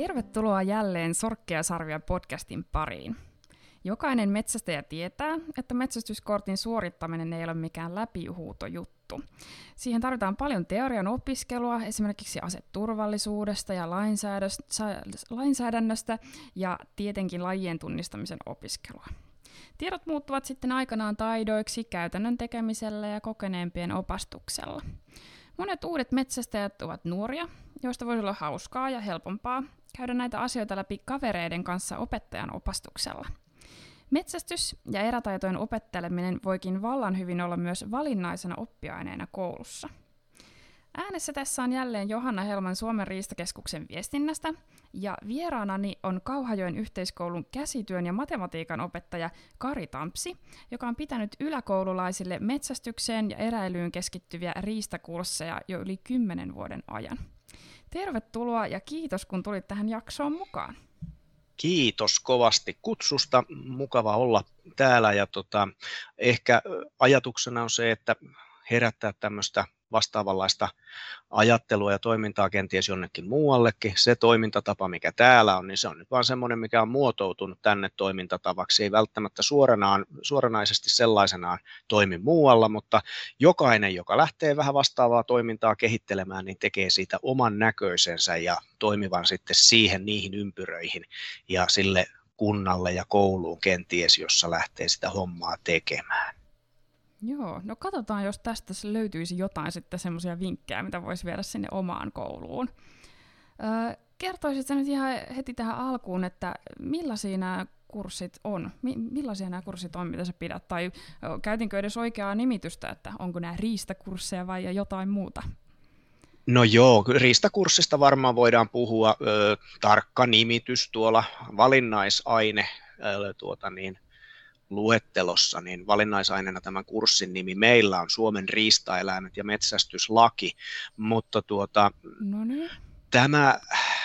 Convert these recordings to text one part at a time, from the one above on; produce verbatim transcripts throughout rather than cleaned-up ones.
Tervetuloa jälleen Sorkkia sarvia podcastin pariin. Jokainen metsästäjä tietää, että metsästyskortin suorittaminen ei ole mikään läpihuutojuttu. Siihen tarvitaan paljon teorian opiskelua, esimerkiksi aseturvallisuudesta ja lainsäädännöstä ja tietenkin lajien tunnistamisen opiskelua. Tiedot muuttuvat sitten aikanaan taidoiksi käytännön tekemisellä ja kokeneempien opastuksella. Monet uudet metsästäjät ovat nuoria, joista voisi olla hauskaa ja helpompaa käydä näitä asioita läpi kavereiden kanssa opettajan opastuksella. Metsästys ja erätaitojen opetteleminen voikin vallan hyvin olla myös valinnaisena oppiaineena koulussa. Äänessä tässä on jälleen Johanna Helman Suomen riistakeskuksen viestinnästä, ja vieraanani on Kauhajoen yhteiskoulun käsityön ja matematiikan opettaja Kari Tampsi, joka on pitänyt yläkoululaisille metsästykseen ja eräilyyn keskittyviä riistakursseja jo yli kymmenen vuoden ajan. Tervetuloa ja kiitos, kun tulit tähän jaksoon mukaan. Kiitos kovasti kutsusta. Mukava olla täällä ja tota, ehkä ajatuksena on se, että herättää tämmöistä vastaavanlaista ajattelua ja toimintaa kenties jonnekin muuallekin. Se toimintatapa, mikä täällä on, niin se on nyt vaan semmoinen, mikä on muotoutunut tänne toimintatavaksi. Ei välttämättä suoranaan, suoranaisesti sellaisenaan toimi muualla, mutta jokainen, joka lähtee vähän vastaavaa toimintaa kehittelemään, niin tekee siitä oman näköisensä ja toimivan sitten siihen niihin ympyröihin ja sille kunnalle ja kouluun kenties, jossa lähtee sitä hommaa tekemään. Joo, no katsotaan, jos tästä löytyisi jotain sitten semmoisia vinkkejä, mitä voisi viedä sinne omaan kouluun. Öö, kertoisitko nyt ihan heti tähän alkuun, että millaisia nämä kurssit on? Mi- millaisia nämä kurssit on, mitä sä pidät? Tai käytinkö edes oikeaa nimitystä, että onko nämä riistakursseja vai jotain muuta? No joo, riistakurssista varmaan voidaan puhua. Ö, tarkka nimitys tuolla valinnaisaine ö, tuota niin, luettelossa, niin valinnaisaineena tämän kurssin nimi meillä on Suomen riistaeläimet ja metsästyslaki, mutta tuota, no niin. tämä,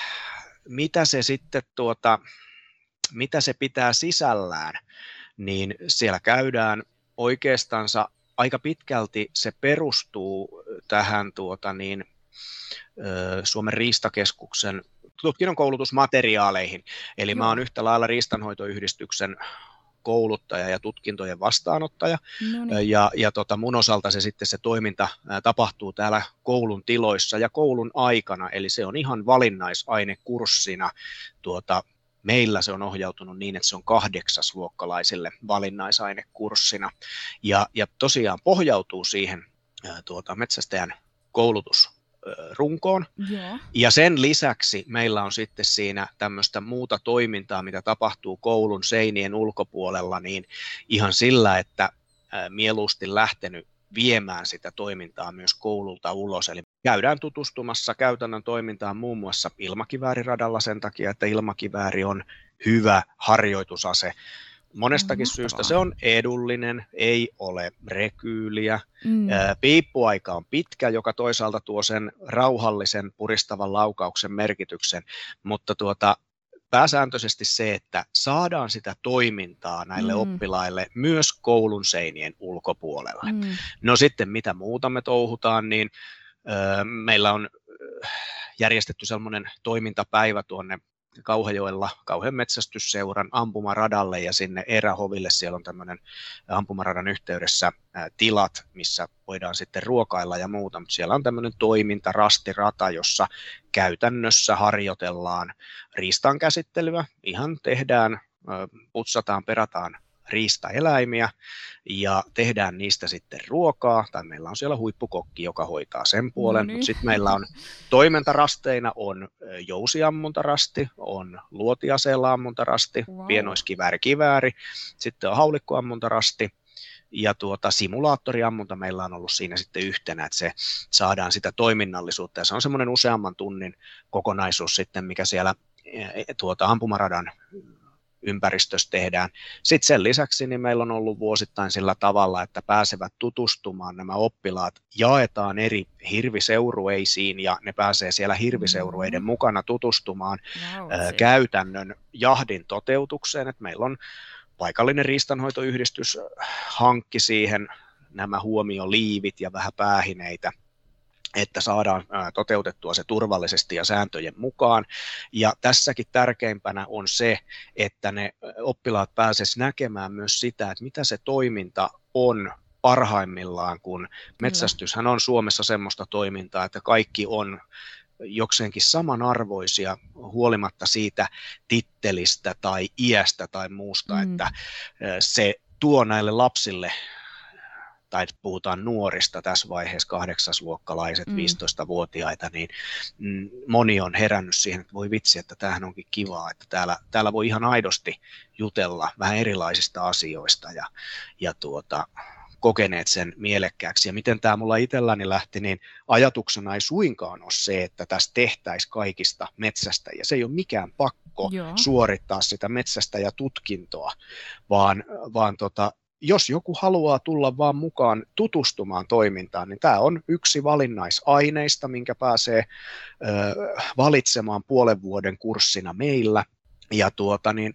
mitä se sitten tuota, mitä se pitää sisällään, niin siellä käydään oikeastansa aika pitkälti se perustuu tähän tuota niin, Suomen riistakeskuksen tutkinnon koulutusmateriaaleihin, eli Joo. mä oon yhtä lailla riistanhoitoyhdistyksen kouluttaja ja tutkintojen vastaanottaja, Noniin. ja, ja tota mun osalta se sitten se toiminta ää, tapahtuu täällä koulun tiloissa ja koulun aikana, eli se on ihan valinnaisainekursssina, tuota, meillä se on ohjautunut niin, että se on kahdeksasluokkalaisille valinnaisainekursssina, ja, ja tosiaan pohjautuu siihen ää, tuota, metsästäjän koulutus runkoon. Joo. Ja sen lisäksi meillä on sitten siinä tämmöistä muuta toimintaa, mitä tapahtuu koulun seinien ulkopuolella, niin ihan sillä, että mieluusti lähtenyt viemään sitä toimintaa myös koululta ulos. Eli käydään tutustumassa käytännön toimintaan muun muassa ilmakivääriradalla sen takia, että ilmakivääri on hyvä harjoitusase. Monestakin Mahtavaa. syystä se on edullinen, ei ole rekyyliä. Mm. Piippuaika on pitkä, joka toisaalta tuo sen rauhallisen puristavan laukauksen merkityksen, mutta tuota, pääsääntöisesti se, että saadaan sitä toimintaa näille mm. oppilaille myös koulun seinien ulkopuolelle. Mm. No sitten mitä muuta me touhutaan, niin ö, meillä on järjestetty sellainen toimintapäivä tuonne Kauhajoella Kauhajoen metsästysseuran ampumaradalle ja sinne erähoville. Siellä on tämmöinen ampumaradan yhteydessä ää, tilat, missä voidaan sitten ruokailla ja muuta, mutta siellä on tämmöinen toimintarastirata, jossa käytännössä harjoitellaan riistan käsittelyä. Ihan tehdään, ää, putsataan, perataan riistaeläimiä ja tehdään niistä sitten ruokaa, tai meillä on siellä huippukokki, joka hoitaa sen puolen, no niin. Mutta sitten meillä on toimintarasteina on jousiammuntarasti, on luotiaseella ammuntarasti, wow. pienoiskiväärikivääri, sitten on haulikkoammuntarasti, ja tuota, simulaattoriammunta meillä on ollut siinä sitten yhtenä, että se saadaan sitä toiminnallisuutta, ja se on semmoinen useamman tunnin kokonaisuus sitten, mikä siellä tuota, ampumaradan ympäristössä tehdään. Sitten sen lisäksi niin meillä on ollut vuosittain sillä tavalla, että pääsevät tutustumaan nämä oppilaat, jaetaan eri hirviseurueisiin ja ne pääsee siellä hirviseurueiden mukana tutustumaan wow, ää, käytännön jahdin toteutukseen. Et meillä on paikallinen riistanhoitoyhdistys hankki siihen nämä huomioliivit ja vähän päähineitä että saadaan toteutettua se turvallisesti ja sääntöjen mukaan. Ja tässäkin tärkeimpänä on se, että ne oppilaat pääsisivät näkemään myös sitä, että mitä se toiminta on parhaimmillaan, kun Kyllä. metsästyshän on Suomessa semmoista toimintaa, että kaikki on jokseenkin samanarvoisia huolimatta siitä tittelistä tai iästä tai muusta, mm. että se tuo näille lapsille, tai puhutaan nuorista tässä vaiheessa, kahdeksasluokkalaiset, mm. viisitoistavuotiaita, niin moni on herännyt siihen, että voi vitsi, että tämähän onkin kivaa, että täällä, täällä voi ihan aidosti jutella vähän erilaisista asioista ja, ja tuota, kokeneet sen mielekkääksi. Ja miten tämä mulla itselläni lähti, niin ajatuksena ei suinkaan ole se, että tässä tehtäisiin kaikista metsästäjiä. Se ei ole mikään pakko Joo. suorittaa sitä metsästäjätutkintoa, vaan, vaan tota, jos joku haluaa tulla vaan mukaan tutustumaan toimintaan, niin tämä on yksi valinnaisaineista, minkä pääsee ö, valitsemaan puolen vuoden kurssina meillä. Ja tuota, niin,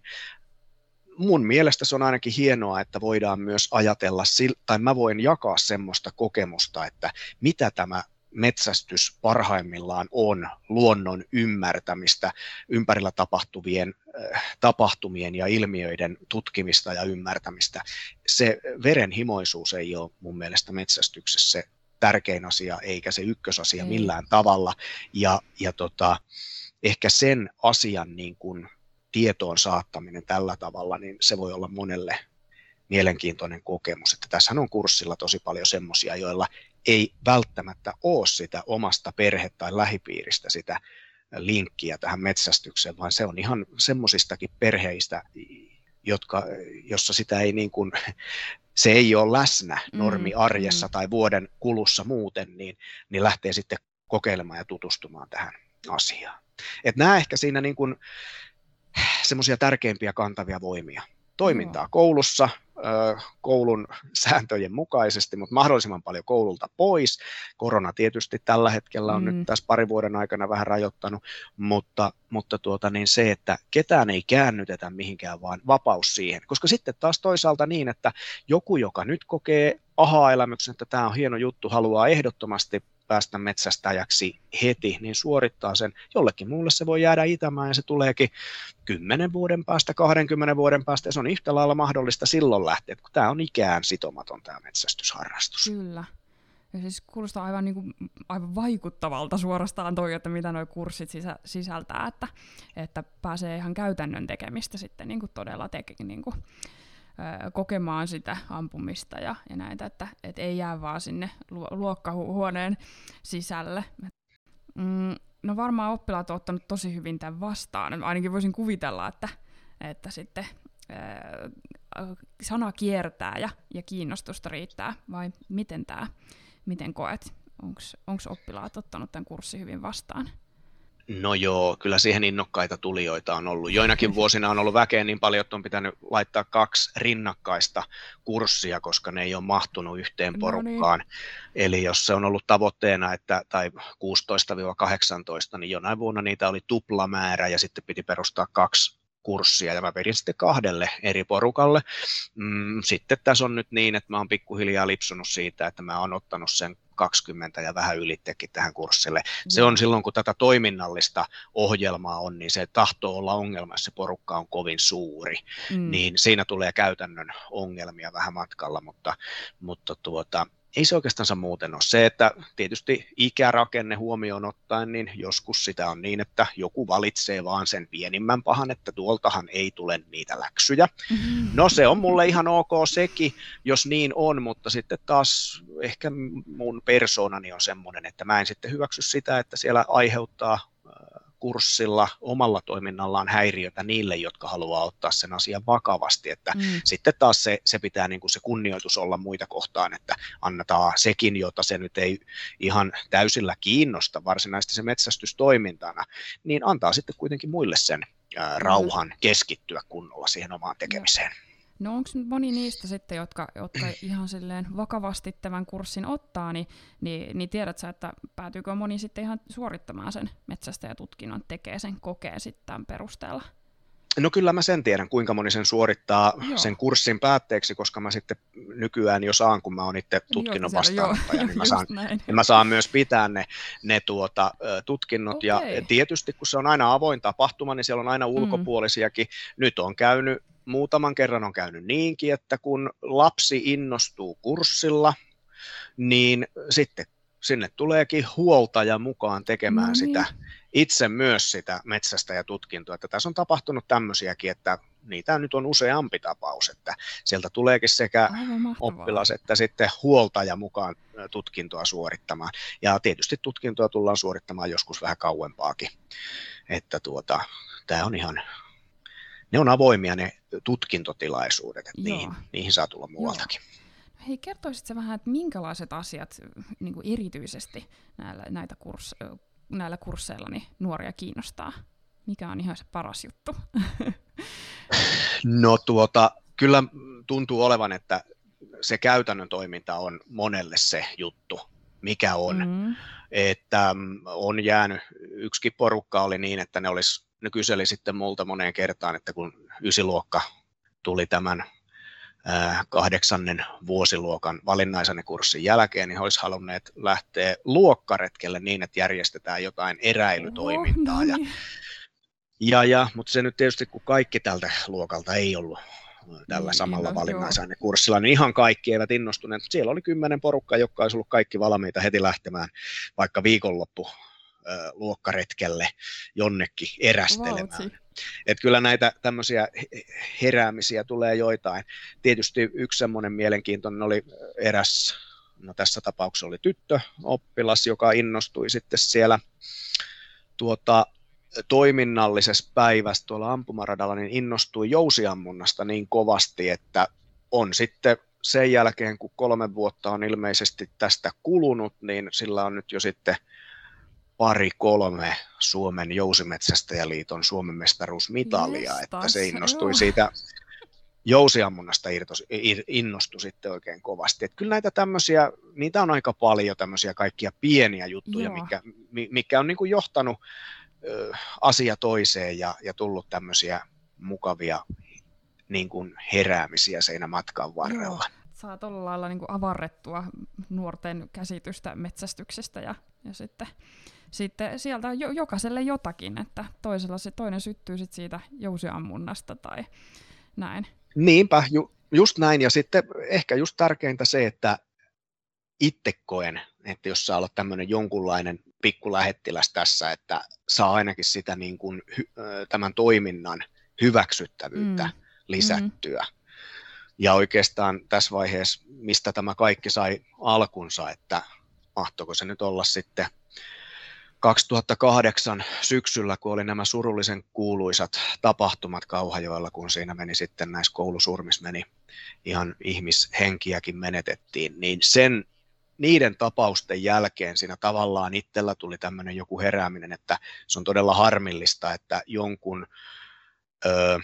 mun mielestä se on ainakin hienoa, että voidaan myös ajatella, tai mä voin jakaa semmoista kokemusta, että mitä tämä metsästys parhaimmillaan on luonnon ymmärtämistä, ympärillä tapahtuvien äh, tapahtumien ja ilmiöiden tutkimista ja ymmärtämistä. Se verenhimoisuus ei ole mun mielestä metsästyksessä se tärkein asia, eikä se ykkösasia mm. millään tavalla. Ja, ja tota, ehkä sen asian niin kuin tietoon saattaminen tällä tavalla, niin se voi olla monelle mielenkiintoinen kokemus. Että tässähän on kurssilla tosi paljon semmoisia, joilla ei välttämättä ole sitä omasta perhe- tai lähipiiristä sitä linkkiä tähän metsästykseen, vaan se on ihan semmoisistakin perheistä, jotka, jossa sitä ei niin kuin, se ei ole läsnä normiarjessa mm, mm. tai vuoden kulussa muuten, niin, niin lähtee sitten kokeilemaan ja tutustumaan tähän asiaan. Et nämä ehkä siinä niin kuin semmoisia tärkeimpiä kantavia voimia. Toimintaa no. koulussa, koulun sääntöjen mukaisesti, mutta mahdollisimman paljon koululta pois. Korona tietysti tällä hetkellä on mm. nyt tässä parin vuoden aikana vähän rajoittanut, mutta, mutta tuota, niin se, että ketään ei käännytetä mihinkään, vaan vapaus siihen. Koska sitten taas toisaalta niin, että joku, joka nyt kokee aha-elämyksen, että tämä on hieno juttu, haluaa ehdottomasti päästä metsästäjäksi heti, niin suorittaa sen. Jollekin muulle se voi jäädä itämään ja se tuleekin kymmenen vuoden päästä, kahdenkymmenen vuoden päästä ja se on yhtä lailla mahdollista silloin lähteä, kun tämä on ikään sitomaton tämä metsästysharrastus. Kyllä. Ja siis kuulostaa aivan, niin kuin, aivan vaikuttavalta suorastaan toi, että mitä nuo kurssit sisä, sisältää, että, että pääsee ihan käytännön tekemistä sitten niin kuin todella teke, niin kuin, kokemaan sitä ampumista ja, ja näitä, että et ei jää vaan sinne luokkahuoneen sisälle. Mm, no varmaan oppilaat on ottanut tosi hyvin tämän vastaan. Ainakin voisin kuvitella, että, että sitten ää, sana kiertää ja, ja kiinnostusta riittää, vai miten tämä, miten koet? Onko oppilaat ottanut tämän kurssin hyvin vastaan? No joo, kyllä siihen innokkaita tulijoita on ollut. Joinakin vuosina on ollut väkeä niin paljon, että on pitänyt laittaa kaksi rinnakkaista kurssia, koska ne ei ole mahtunut yhteen porukkaan. No niin. Eli jos se on ollut tavoitteena, että, tai kuusitoista kahdeksantoista, niin jonain vuonna niitä oli tuplamäärä ja sitten piti perustaa kaksi kurssia ja mä vedin sitten kahdelle eri porukalle. Sitten tässä on nyt niin, että mä oon pikkuhiljaa lipsunut siitä, että mä oon ottanut sen kaksikymmentä ja vähän ylittekin tähän kurssille. Se on silloin, kun tätä toiminnallista ohjelmaa on, niin se tahtoo olla ongelma, jos se porukka on kovin suuri. Mm. Niin siinä tulee käytännön ongelmia vähän matkalla, mutta, mutta tuota, ei se oikeastaan muuten ole. Se, että tietysti ikärakenne huomioon ottaen, niin joskus sitä on niin, että joku valitsee vaan sen pienimmän pahan, että tuoltahan ei tule niitä läksyjä. No se on mulle ihan ok sekin, jos niin on, mutta sitten taas ehkä mun persoonani on semmoinen, että mä en sitten hyväksy sitä, että siellä aiheuttaa kurssilla omalla toiminnallaan häiriötä niille, jotka haluaa ottaa sen asian vakavasti, että mm. sitten taas se, se pitää niin kuin se kunnioitus olla muita kohtaan, että annetaan sekin, jota se nyt ei ihan täysillä kiinnosta varsinaisesti se metsästystoimintana, niin antaa sitten kuitenkin muille sen ää, rauhan keskittyä kunnolla siihen omaan tekemiseen. No onko moni niistä sitten, jotka, jotka ihan silleen vakavasti tämän kurssin ottaa, niin, niin, niin tiedät sä, että päätyykö moni sitten ihan suorittamaan sen metsästäjätutkinnon, tekee sen kokeen sitten tämän perusteella? No kyllä mä sen tiedän, kuinka moni sen suorittaa Joo. sen kurssin päätteeksi, koska mä sitten nykyään jo saan, kun mä oon itse tutkinnon vastaanottaja, niin, mä saan, niin mä saan myös pitää ne, ne tuota, tutkinnot. Okay. Ja tietysti kun se on aina avoin tapahtuma, niin siellä on aina ulkopuolisiakin. Mm. Nyt on käynyt, muutaman kerran on käynyt niinkin, että kun lapsi innostuu kurssilla, niin sitten sinne tuleekin huoltaja mukaan tekemään no niin. sitä, itse myös sitä metsästäjätutkintoa, että tässä on tapahtunut tämmöisiäkin, että niitä nyt on useampi tapaus, että sieltä tuleekin sekä oppilas että sitten huoltaja mukaan tutkintoa suorittamaan, ja tietysti tutkintoa tullaan suorittamaan joskus vähän kauempaakin, että tuota, tämä on ihan, ne on avoimia ne tutkintotilaisuudet, että niihin, niihin saa tulla muualtakin. Joo. Hei, kertoisitko vähän, että minkälaiset asiat niin kuin erityisesti näillä, näitä kurs- näillä kursseilla niin nuoria kiinnostaa? Mikä on ihan se paras juttu? No tuota, kyllä tuntuu olevan, että se käytännön toiminta on monelle se juttu, mikä on. Mm. Että on jäänyt, yksikin porukka oli niin, että ne, olisi, ne kyseli sitten multa moneen kertaan, että kun ysiluokka tuli tämän kahdeksannen vuosiluokan valinnaisainekurssin jälkeen, niin he olisi halunneet lähteä luokkaretkelle niin, että järjestetään jotain eräilytoimintaa. Oho, no niin. ja, ja, mutta se nyt tietysti, kun kaikki tältä luokalta ei ollut tällä niin, samalla no, valinnaisainekurssilla, niin ihan kaikki eivät innostuneet. Siellä oli kymmenen porukkaa, jotka olisi ollut kaikki valmiita heti lähtemään vaikka viikonloppu luokkaretkelle jonnekin erästelemään. Vautsi. Että kyllä näitä tämmöisiä heräämisiä tulee joitain. Tietysti yksi semmoinen mielenkiintoinen oli eräs, no tässä tapauksessa oli tyttöoppilas, joka innostui sitten siellä tuota, toiminnallisessa päivässä tuolla ampumaradalla, niin innostui jousiammunnasta niin kovasti, että on sitten sen jälkeen, kun kolme vuotta on ilmeisesti tästä kulunut, niin sillä on nyt jo sitten pari kolme Suomen Jousimetsästäjäliiton Suomen mestaruusmitalia, yes, että se innostui joo. siitä jousiammunnasta innostui sitten oikein kovasti. Että kyllä näitä tämmöisiä, niitä on aika paljon tämmöisiä kaikkia pieniä juttuja, mikä, mikä on niin kuin johtanut ö, asia toiseen ja, ja tullut tämmöisiä mukavia niin kuin heräämisiä siinä matkan varrella. Joo. Saa tuolla lailla niin kuin avarrettua nuorten käsitystä metsästyksestä ja, ja sitten Sitten sieltä jo, jokaiselle jotakin, että toisella se toinen syttyy sit siitä jousiammunnasta tai näin. Niinpä, ju, just näin. Ja sitten ehkä just tärkeintä se, että itse koen, että jos saa olla tämmöinen jonkunlainen pikkulähettiläs tässä, että saa ainakin sitä niin kuin, tämän toiminnan hyväksyttävyyttä mm. lisättyä. Mm. Ja oikeastaan tässä vaiheessa, mistä tämä kaikki sai alkunsa, että mahtoiko se nyt olla sitten kaksituhattakahdeksan syksyllä, kun oli nämä surullisen kuuluisat tapahtumat Kauhajoella, kun siinä meni sitten näissä koulusurmissa meni ihan ihmishenkiäkin menetettiin, niin sen, niiden tapausten jälkeen siinä tavallaan itsellä tuli tämmöinen joku herääminen, että se on todella harmillista, että jonkun ö,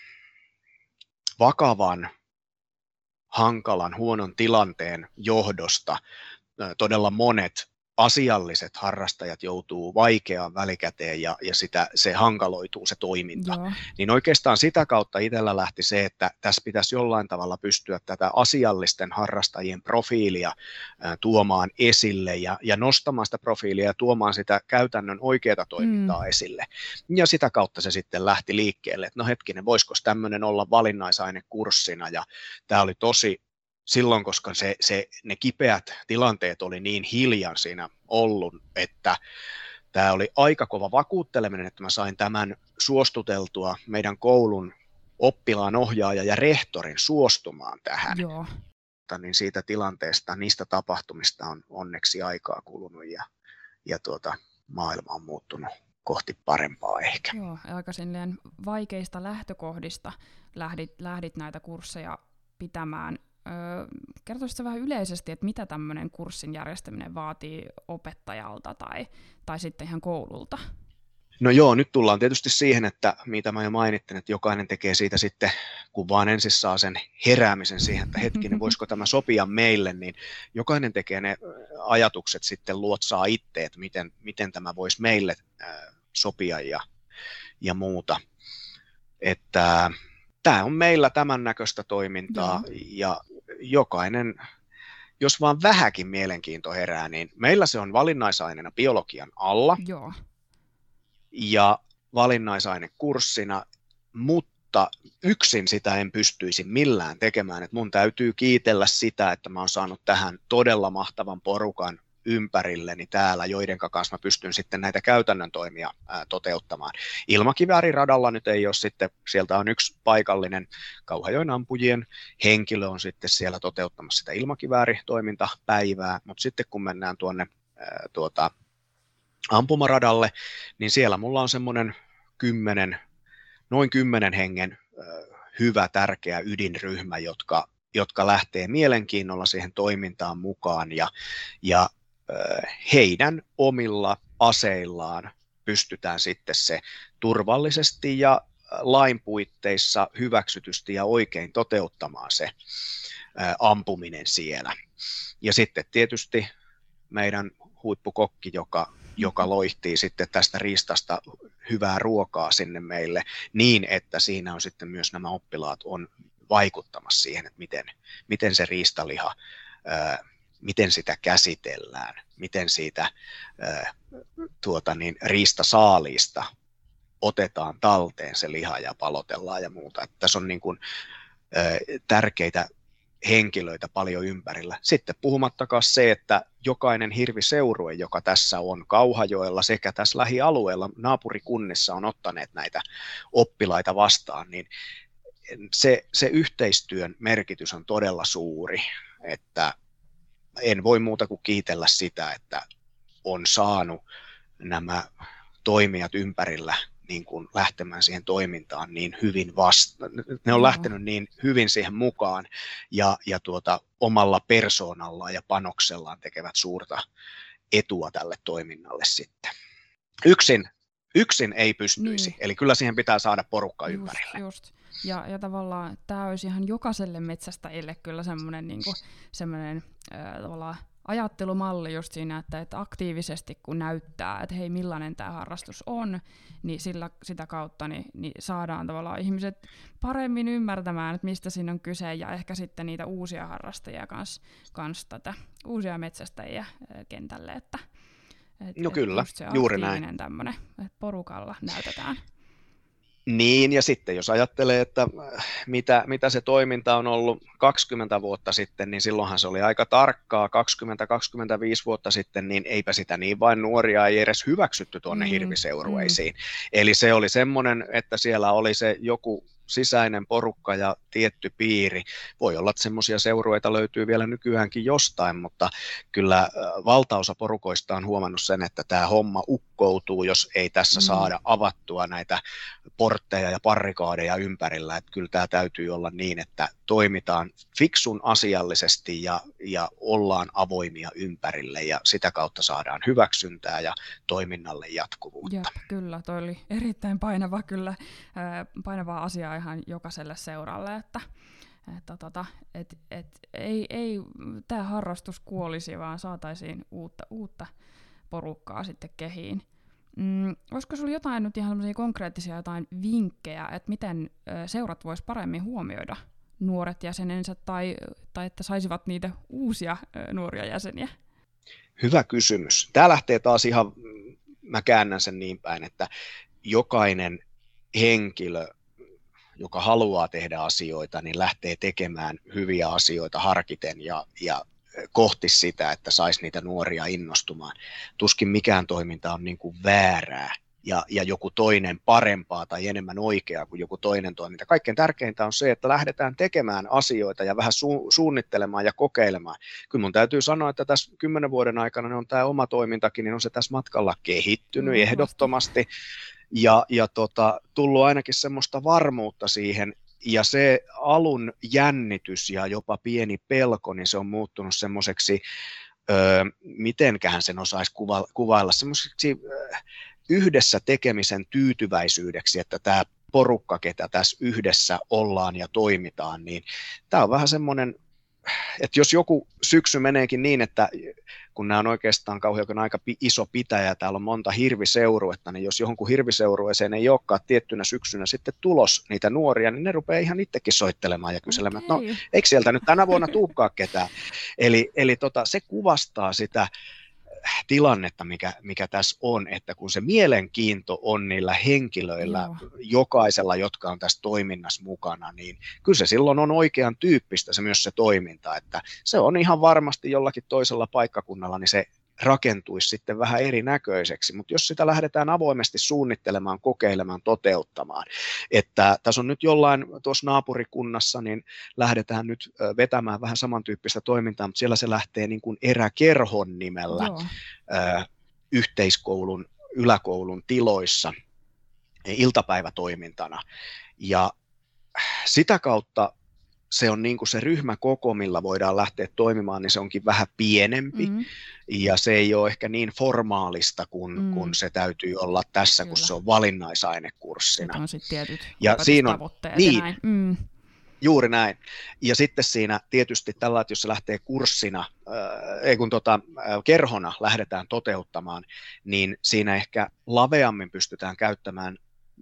vakavan, hankalan, huonon tilanteen johdosta ö, todella monet asialliset harrastajat joutuu vaikeaan välikäteen ja, ja sitä, se hankaloituu se toiminta. Joo. Niin oikeastaan sitä kautta itsellä lähti se, että tässä pitäisi jollain tavalla pystyä tätä asiallisten harrastajien profiilia ää, tuomaan esille ja, ja nostamaan sitä profiilia ja tuomaan sitä käytännön oikeaa toimintaa mm. esille. Ja sitä kautta se sitten lähti liikkeelle, että no hetkinen, voisiko tämmöinen olla valinnaisaine-kurssina, ja tämä oli tosi silloin, koska se, se, ne kipeät tilanteet oli niin hiljan siinä ollut, että tämä oli aika kova vakuutteleminen, että mä sain tämän suostuteltua meidän koulun oppilaan ohjaaja ja rehtorin suostumaan tähän. Joo. Niin siitä tilanteesta, niistä tapahtumista on onneksi aikaa kulunut ja, ja tuota, maailma on muuttunut kohti parempaa ehkä. Joo, aika silleen vaikeista lähtökohdista lähdit, lähdit näitä kursseja pitämään. Öö, kertoisitko vähän yleisesti, että mitä tämmöinen kurssin järjestäminen vaatii opettajalta tai, tai sitten ihan koululta? No joo, nyt tullaan tietysti siihen, että mitä mä jo mainittin, että jokainen tekee siitä sitten, kun vaan ensin saa sen heräämisen siihen, että hetkinen, voisiko tämä sopia meille, niin jokainen tekee ne ajatukset sitten luotsaa itse, että miten, miten tämä voisi meille äh, sopia ja, ja muuta. että tämä on meillä tämän näköistä toimintaa Joo. ja jokainen, jos vaan vähäkin mielenkiinto herää, niin meillä se on valinnaisaineena biologian alla Joo. ja valinnaisainekurssina, mutta yksin sitä en pystyisi millään tekemään. Et mun täytyy kiitellä sitä, että mä oon saanut tähän todella mahtavan porukan ympärilleni täällä, joiden kanssa mä pystyn sitten näitä käytännön toimia ää, toteuttamaan. Ilmakivääriradalla nyt ei ole sitten, sieltä on yksi paikallinen Kauhajoen ampujien henkilö on sitten siellä toteuttamassa sitä ilmakivääritoimintapäivää, mutta sitten kun mennään tuonne ää, tuota, ampumaradalle, niin siellä mulla on semmoinen kymmenen, noin kymmenen hengen ää, hyvä, tärkeä ydinryhmä, jotka, jotka lähtee mielenkiinnolla siihen toimintaan mukaan ja, ja heidän omilla aseillaan pystytään sitten se turvallisesti ja lain puitteissa hyväksytysti ja oikein toteuttamaan se ampuminen siellä. Ja sitten tietysti meidän huippukokki, joka, joka loihtii sitten tästä riistasta hyvää ruokaa sinne meille niin, että siinä on sitten myös nämä oppilaat on vaikuttamassa siihen, että miten, miten se riistaliha miten sitä käsitellään, miten siitä ää, tuota niin, riistasaaliista otetaan talteen se liha ja palotellaan ja muuta. Että tässä on niin kuin, ää, tärkeitä henkilöitä paljon ympärillä. Sitten puhumattakaan se, että jokainen hirviseurue, joka tässä on Kauhajoella sekä tässä lähialueella naapurikunnissa on ottaneet näitä oppilaita vastaan, niin se, se yhteistyön merkitys on todella suuri, että en voi muuta kuin kiitellä sitä, että on saanut nämä toimijat ympärillä niin kuin lähtemään siihen toimintaan niin hyvin vasta. Ne on lähtenyt niin hyvin siihen mukaan ja, ja tuota, omalla persoonallaan ja panoksellaan tekevät suurta etua tälle toiminnalle sitten. Yksin, yksin ei pystyisi, niin. Eli kyllä siihen pitää saada porukka just, ympärille. Just. Ja, ja tavallaan tämä olisi ihan jokaiselle metsästäjille kyllä semmoinen niinku, semmoinen äh, tavallaan ajattelumalli just siinä, että, että aktiivisesti kun näyttää, että hei millainen tämä harrastus on, niin sillä, sitä kautta niin, niin saadaan tavallaan ihmiset paremmin ymmärtämään, että mistä siinä on kyse ja ehkä sitten niitä uusia harrastajia kanssa, kans tätä, uusia metsästäjiä äh, kentälle, että et, no kyllä, et se juuri näin. Aktiivinen tämmöinen, että porukalla näytetään. Niin, ja sitten jos ajattelee, että mitä, mitä se toiminta on ollut kaksikymmentä vuotta sitten, niin silloinhan se oli aika tarkkaa. kaksikymmentä kaksikymmentäviisi vuotta sitten, niin eipä sitä niin vain nuoria ei edes hyväksytty tuonne mm, hirviseurueisiin. Mm. Eli se oli semmoinen, että siellä oli se joku sisäinen porukka ja tietty piiri. Voi olla, että semmoisia seurueita löytyy vielä nykyäänkin jostain, mutta kyllä valtaosa porukoista on huomannut sen, että tämä homma ukkoutuu, jos ei tässä mm. saada avattua näitä portteja ja parrikaadeja ympärillä. Että kyllä tämä täytyy olla niin, että toimitaan fiksun asiallisesti ja, ja ollaan avoimia ympärille ja sitä kautta saadaan hyväksyntää ja toiminnalle jatkuvuutta. Jep, kyllä, toi oli erittäin painava, kyllä, painavaa asiaa ihan jokaiselle seuralle, että, että tota, et, et, ei, ei tämä harrastus kuolisi, vaan saataisiin uutta, uutta porukkaa sitten kehiin. Mm, olisiko sinulla jotain nyt ihan konkreettisia jotain vinkkejä, että miten seurat vois paremmin huomioida nuoret jäsenensä tai, tai että saisivat niitä uusia nuoria jäseniä? Hyvä kysymys. Tämä lähtee taas ihan, mä käännän sen niin päin, että jokainen henkilö, joka haluaa tehdä asioita, niin lähtee tekemään hyviä asioita harkiten ja, ja kohti sitä, että saisi niitä nuoria innostumaan. Tuskin mikään toiminta on niin kuin väärää ja, ja joku toinen parempaa tai enemmän oikeaa kuin joku toinen toiminta. Kaikkein tärkeintä on se, että lähdetään tekemään asioita ja vähän su- suunnittelemaan ja kokeilemaan. Kyllä mun täytyy sanoa, että tässä kymmenen vuoden aikana niin on tämä oma toimintakin, niin on se tässä matkalla kehittynyt mm, ehdottomasti. Ja, ja tota, tullut ainakin semmoista varmuutta siihen, ja se alun jännitys ja jopa pieni pelko, niin se on muuttunut semmoiseksi, öö, mitenköhän sen osaisi kuva, kuvailla, semmoiseksi öö, yhdessä tekemisen tyytyväisyydeksi, että tämä porukka, ketä tässä yhdessä ollaan ja toimitaan, niin tämä on vähän semmoinen että jos joku syksy meneekin niin, että kun nämä on oikeastaan kauhean aika iso pitäjä, täällä on monta hirviseuruetta, niin jos johonkin hirviseurueeseen ei olekaan tiettynä syksynä sitten tulos niitä nuoria, niin ne rupeaa ihan itsekin soittelemaan ja kyselemään, okay. että no eikö sieltä nyt tänä vuonna tuukaan ketään. Eli, eli tota, se kuvastaa sitä tilannetta, mikä, mikä tässä on, että kun se mielenkiinto on niillä henkilöillä, Joo. jokaisella, jotka on tässä toiminnassa mukana, niin kyllä se silloin on oikean tyyppistä se myös se toiminta, että se on ihan varmasti jollakin toisella paikkakunnalla, niin se rakentuisi sitten vähän erinäköiseksi, mutta jos sitä lähdetään avoimesti suunnittelemaan, kokeilemaan, toteuttamaan, että tässä on nyt jollain tuossa naapurikunnassa, niin lähdetään nyt vetämään vähän samantyyppistä toimintaa, mutta siellä se lähtee niin kuin eräkerhon nimellä ö, yhteiskoulun, yläkoulun tiloissa iltapäivätoimintana, ja sitä kautta se on niin kuin se ryhmäkoko, millä voidaan lähteä toimimaan, niin se onkin vähän pienempi, mm. ja se ei ole ehkä niin formaalista, kun, mm. kun se täytyy olla tässä, Kyllä. kun se on valinnaisainekurssina. Sitten on sitten tietyt ja siinä on, niin, ja näin. Mm. Juuri näin. Ja sitten siinä tietysti tällä, että jos se lähtee kurssina, äh, ei kun tota, äh, kerhona lähdetään toteuttamaan, niin siinä ehkä laveammin pystytään käyttämään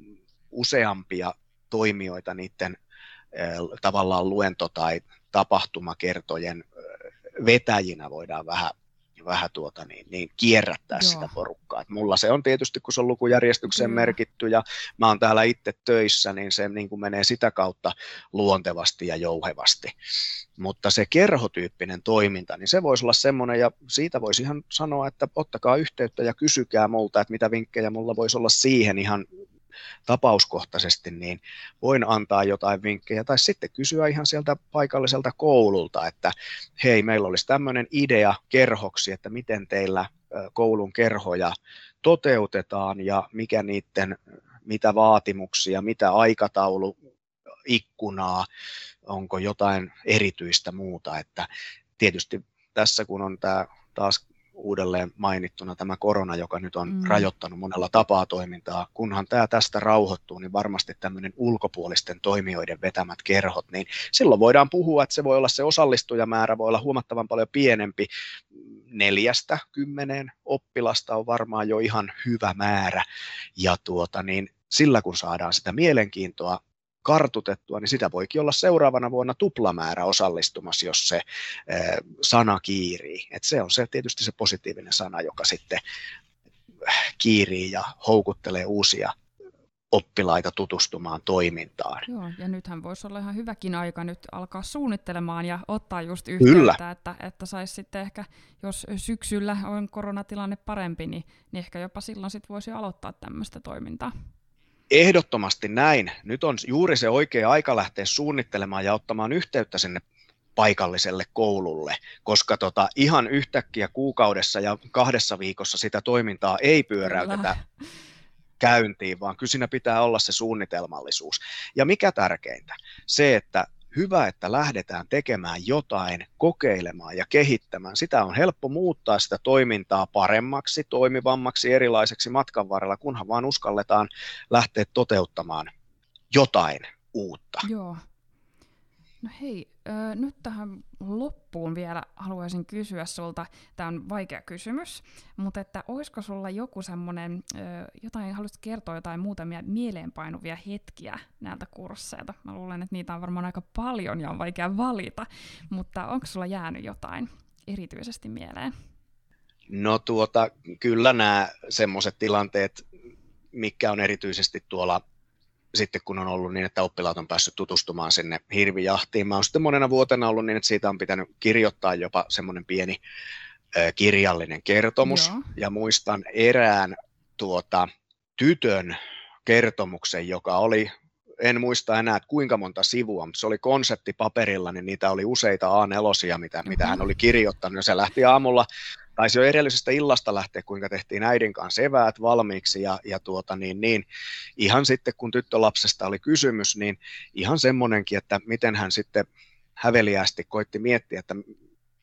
useampia toimijoita niiden tavallaan luento- tai tapahtumakertojen vetäjinä voidaan vähän, vähän tuota niin, niin kierrättää Joo. sitä porukkaa. Et mulla se on tietysti, kun se on lukujärjestykseen mm. merkitty ja mä oon täällä itse töissä, niin se niin kuin menee sitä kautta luontevasti ja jouhevasti. Mutta se kerhotyyppinen toiminta, niin se voisi olla semmoinen, ja siitä voisi ihan sanoa, että ottakaa yhteyttä ja kysykää multa, että mitä vinkkejä mulla voisi olla siihen ihan tapauskohtaisesti, niin voin antaa jotain vinkkejä tai sitten kysyä ihan sieltä paikalliselta koululta, että hei, meillä olisi tämmöinen idea kerhoksi, että miten teillä koulun kerhoja toteutetaan ja mikä niiden, mitä vaatimuksia, mitä aikatauluikkunaa, onko jotain erityistä muuta, että tietysti tässä kun on tämä taas uudelleen mainittuna tämä korona, joka nyt on mm. rajoittanut monella tapaa toimintaa, kunhan tämä tästä rauhoittuu, niin varmasti tämmöinen ulkopuolisten toimijoiden vetämät kerhot, niin silloin voidaan puhua, että se voi olla se osallistujamäärä, voi olla huomattavan paljon pienempi, neljästä kymmeneen oppilasta on varmaan jo ihan hyvä määrä, ja tuota, niin sillä kun saadaan sitä mielenkiintoa kartutettua, niin sitä voikin olla seuraavana vuonna tuplamäärä osallistumassa, jos se eh, sana kiirii. Et se on se tietysti se positiivinen sana, joka sitten kiirii ja houkuttelee uusia oppilaita tutustumaan toimintaan. Joo, ja nythän voisi olla ihan hyväkin aika nyt alkaa suunnittelemaan ja ottaa just yhteyttä, Kyllä. että, että saisi sitten ehkä, jos syksyllä on koronatilanne parempi, niin, niin ehkä jopa silloin sit voisi aloittaa tämmöistä toimintaa. Ehdottomasti näin. Nyt on juuri se oikea aika lähteä suunnittelemaan ja ottamaan yhteyttä sinne paikalliselle koululle, koska tota, ihan yhtäkkiä kuukaudessa ja kahdessa viikossa sitä toimintaa ei pyöräytetä Kyllä. käyntiin, vaan kyllä siinä pitää olla se suunnitelmallisuus. Ja mikä tärkeintä, se, että hyvä, että lähdetään tekemään jotain, kokeilemaan ja kehittämään. Sitä on helppo muuttaa sitä toimintaa paremmaksi, toimivammaksi, erilaiseksi matkan varrella, kunhan vaan uskalletaan lähteä toteuttamaan jotain uutta. Joo. No hei, äh, nyt tähän loppuun vielä haluaisin kysyä sulta, tämä on vaikea kysymys, mutta että olisiko sulla joku semmoinen, äh, jotain, haluaisit kertoa jotain muutamia mieleenpainuvia hetkiä näiltä kursseilta? Mä luulen, että niitä on varmaan aika paljon ja on vaikea valita, mutta onko sulla jäänyt jotain erityisesti mieleen? No tuota, kyllä nämä semmoiset tilanteet, mitkä on erityisesti tuolla sitten kun on ollut niin, että oppilaat on päässyt tutustumaan sinne hirvijahtiin. Mä oon sitten monena vuotena ollut niin, että siitä on pitänyt kirjoittaa jopa semmoinen pieni ö, kirjallinen kertomus. Joo. Ja muistan erään tuota, tytön kertomuksen, joka oli, en muista enää että kuinka monta sivua, mutta se oli konseptipaperilla, niin niitä oli useita A neljä, mitä, mm-hmm. mitä hän oli kirjoittanut. Ja se lähti aamulla, taisi jo edellisestä illasta lähteä, kuinka tehtiin äidin kanssa eväät valmiiksi ja, ja tuota, niin, niin, ihan sitten kun tyttölapsesta oli kysymys, niin ihan semmoinenkin, että miten hän sitten häveliästi koitti miettiä, että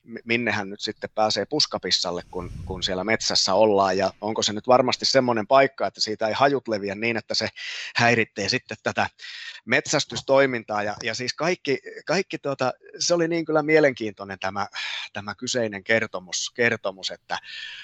minne hän nyt sitten pääsee puskapissalle, kun, kun siellä metsässä ollaan, ja onko se nyt varmasti semmoinen paikka, että siitä ei hajut leviä niin, että se häiritsee sitten tätä metsästystoimintaa, ja, ja siis kaikki, kaikki tuota, se oli niin kyllä mielenkiintoinen tämä, tämä kyseinen kertomus, kertomus että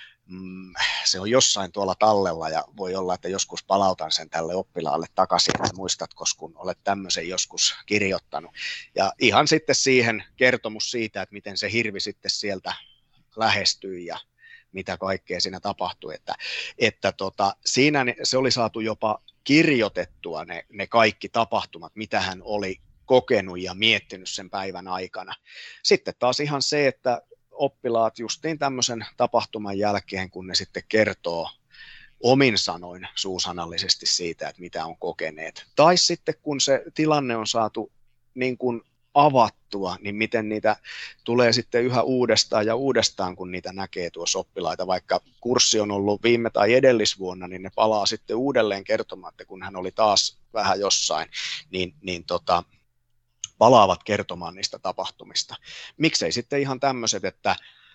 mm, se on jossain tuolla tallella, ja voi olla, että joskus palautan sen tälle oppilaalle takaisin, että muistatko, kun olet tämmöisen joskus kirjoittanut. Ja ihan sitten siihen kertomus siitä, että miten se hirvi sitten sieltä lähestyi ja mitä kaikkea siinä tapahtui. Että, että tota, siinä se oli saatu jopa kirjoitettua ne, ne kaikki tapahtumat, mitä hän oli kokenut ja miettinyt sen päivän aikana. Sitten taas ihan se, että oppilaat justiin tämmöisen tapahtuman jälkeen, kun ne sitten kertoo omin sanoin suusanallisesti siitä, että mitä on kokeneet. Tai sitten kun se tilanne on saatu niin kuin avattua, niin miten niitä tulee sitten yhä uudestaan ja uudestaan, kun niitä näkee tuossa oppilaita. Vaikka kurssi on ollut viime tai edellisvuonna, niin ne palaa sitten uudelleen kertomaan, että kun hän oli taas vähän jossain, niin, niin tota, palaavat kertomaan niistä tapahtumista. Miksei sitten ihan tämmöiset, että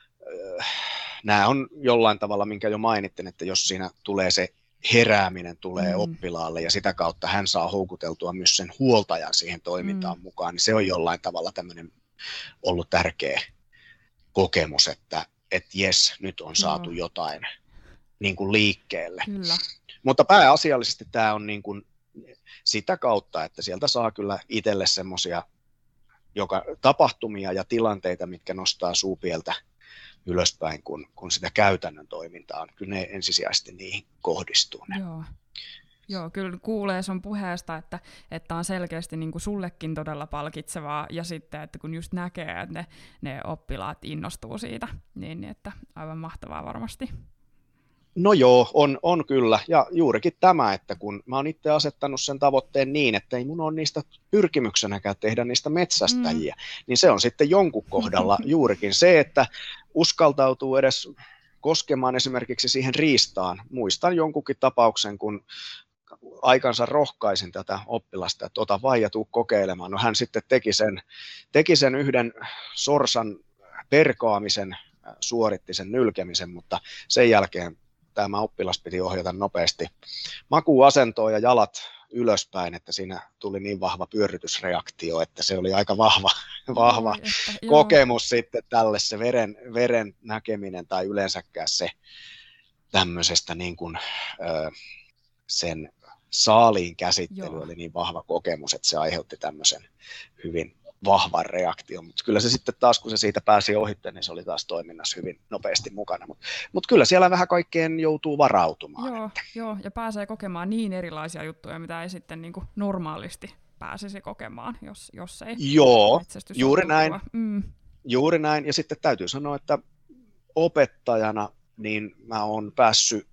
äh, nämä on jollain tavalla, minkä jo mainittin, että jos siinä tulee se herääminen tulee mm. oppilaalle ja sitä kautta hän saa houkuteltua myös sen huoltajan siihen toimintaan mm. mukaan, niin se on jollain tavalla tämmöinen ollut tärkeä kokemus, että et jes, nyt on saatu no. jotain niin kuin liikkeelle. Kyllä. Mutta pääasiallisesti tämä on niin kuin sitä kautta, että sieltä saa kyllä itselle semmoisia joka tapahtumia ja tilanteita, mitkä nostaa suupieltä ylöspäin, kun, kun sitä käytännön toimintaa on. Kyllä ne ensisijaisesti niihin kohdistuu. Ne. Joo. Joo, kyllä kuulee sun puheesta, että, että on selkeästi niin kuin sullekin todella palkitsevaa, ja sitten, että kun just näkee, että ne, ne oppilaat innostuu siitä, niin että aivan mahtavaa varmasti. No joo, on, on kyllä. Ja juurikin tämä, että kun mä oon itse asettanut sen tavoitteen niin, että ei mun ole niistä pyrkimyksenäkään tehdä niistä metsästäjiä, mm. niin se on sitten jonkun kohdalla juurikin se, että uskaltautuu edes koskemaan esimerkiksi siihen riistaan. Muistan jonkunkin tapauksen, kun aikansa rohkaisin tätä oppilasta, että ota vaan ja tuu kokeilemaan. No hän sitten teki sen, teki sen yhden sorsan perkaamisen, suoritti sen nylkemisen, mutta sen jälkeen tämä oppilas piti ohjata nopeasti makuasentoon ja jalat ylöspäin, että siinä tuli niin vahva pyörrytysreaktio, että se oli aika vahva, vahva että, kokemus sitten tälle se veren, veren näkeminen tai yleensäkään se tämmöisestä niin kuin, ö, sen saaliin käsittely joo. oli niin vahva kokemus, että se aiheutti tämmöisen hyvin vahvan reaktion, mutta kyllä se sitten taas, kun se siitä pääsi ohitte, niin se oli taas toiminnassa hyvin nopeasti mukana, mutta mut kyllä siellä vähän kaikkeen joutuu varautumaan. Joo, että. joo, ja pääsee kokemaan niin erilaisia juttuja, mitä ei sitten niin kuin normaalisti pääsisi kokemaan, jos, jos ei joo, metsästys juuri näin, mm. juuri näin, ja sitten täytyy sanoa, että opettajana niin mä oon päässyt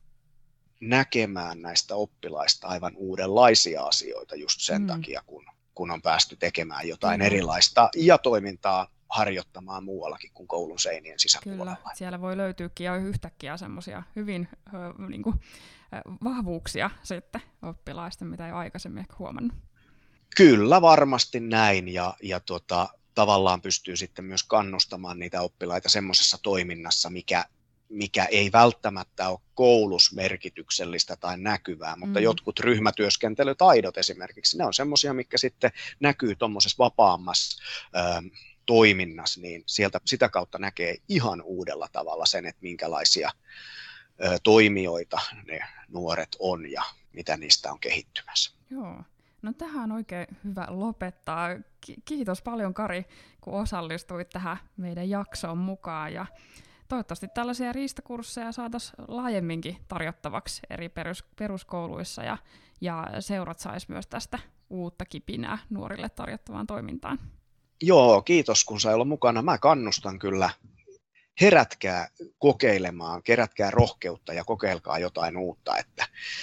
näkemään näistä oppilaista aivan uudenlaisia asioita just sen mm. takia, kun kun on päästy tekemään jotain mm. erilaista ja toimintaa harjoittamaan muuallakin kuin koulun seinien sisäpuolella. Kyllä, siellä voi löytyykin jo yhtäkkiä semmoisia hyvin ö, niin kuin, vahvuuksia sitten oppilaista, mitä ei ole aikaisemmin ehkä huomannut. Kyllä, varmasti näin, ja, ja tota, tavallaan pystyy sitten myös kannustamaan niitä oppilaita semmoisessa toiminnassa, mikä mikä ei välttämättä ole koulussa tai näkyvää, mutta mm. jotkut ryhmätyöskentelytaidot esimerkiksi, ne on semmoisia, mitkä sitten näkyy tuommoisessa vapaammassa ö, toiminnassa, niin sieltä sitä kautta näkee ihan uudella tavalla sen, että minkälaisia ö, toimijoita ne nuoret on ja mitä niistä on kehittymässä. Joo. No tähän on oikein hyvä lopettaa. Kiitos paljon Kari, kun osallistuit tähän meidän jaksoon mukaan, ja toivottavasti tällaisia riistakursseja saataisiin laajemminkin tarjottavaksi eri perus, peruskouluissa, ja, ja seurat sais myös tästä uutta kipinää nuorille tarjottavaan toimintaan. Joo, kiitos kun sai olla mukana. Mä kannustan kyllä. Herätkää kokeilemaan, kerätkää rohkeutta ja kokeilkaa jotain uutta. Että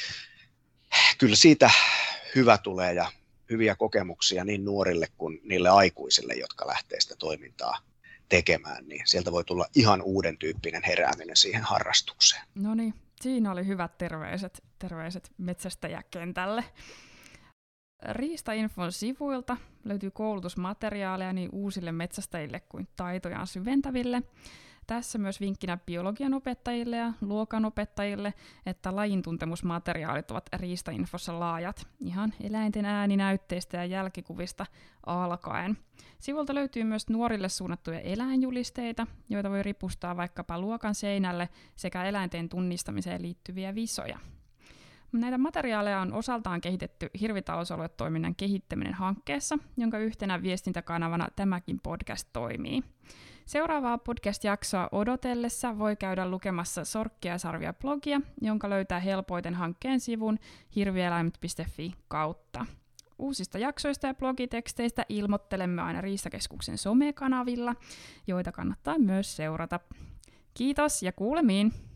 kyllä siitä hyvä tulee ja hyviä kokemuksia niin nuorille kuin niille aikuisille, jotka lähtee sitä toimintaa tekemään, niin sieltä voi tulla ihan uuden tyyppinen herääminen siihen harrastukseen. No niin, siinä oli hyvät terveiset, terveiset metsästäjäkentälle. Riistainfon sivuilta löytyy koulutusmateriaaleja niin uusille metsästäjille kuin taitojaan syventäville. Tässä myös vinkkinä biologian opettajille ja luokanopettajille, että lajintuntemusmateriaalit ovat Riistainfossa laajat, ihan eläinten ääninäytteistä ja jälkikuvista alkaen. Sivulta löytyy myös nuorille suunnattuja eläinjulisteita, joita voi ripustaa vaikkapa luokan seinälle, sekä eläinten tunnistamiseen liittyviä visoja. Näitä materiaaleja on osaltaan kehitetty Hirvitalousaluetoiminnan kehittäminen hankkeessa, jonka yhtenä viestintäkanavana tämäkin podcast toimii. Seuraavaa podcast-jaksoa odotellessa voi käydä lukemassa Sorkkia ja sarvia blogia, jonka löytää helpoiten hankkeen sivun hirvieläimet piste fi kautta. Uusista jaksoista ja blogiteksteistä ilmoittelemme aina Riistakeskuksen somekanavilla, joita kannattaa myös seurata. Kiitos ja kuulemiin!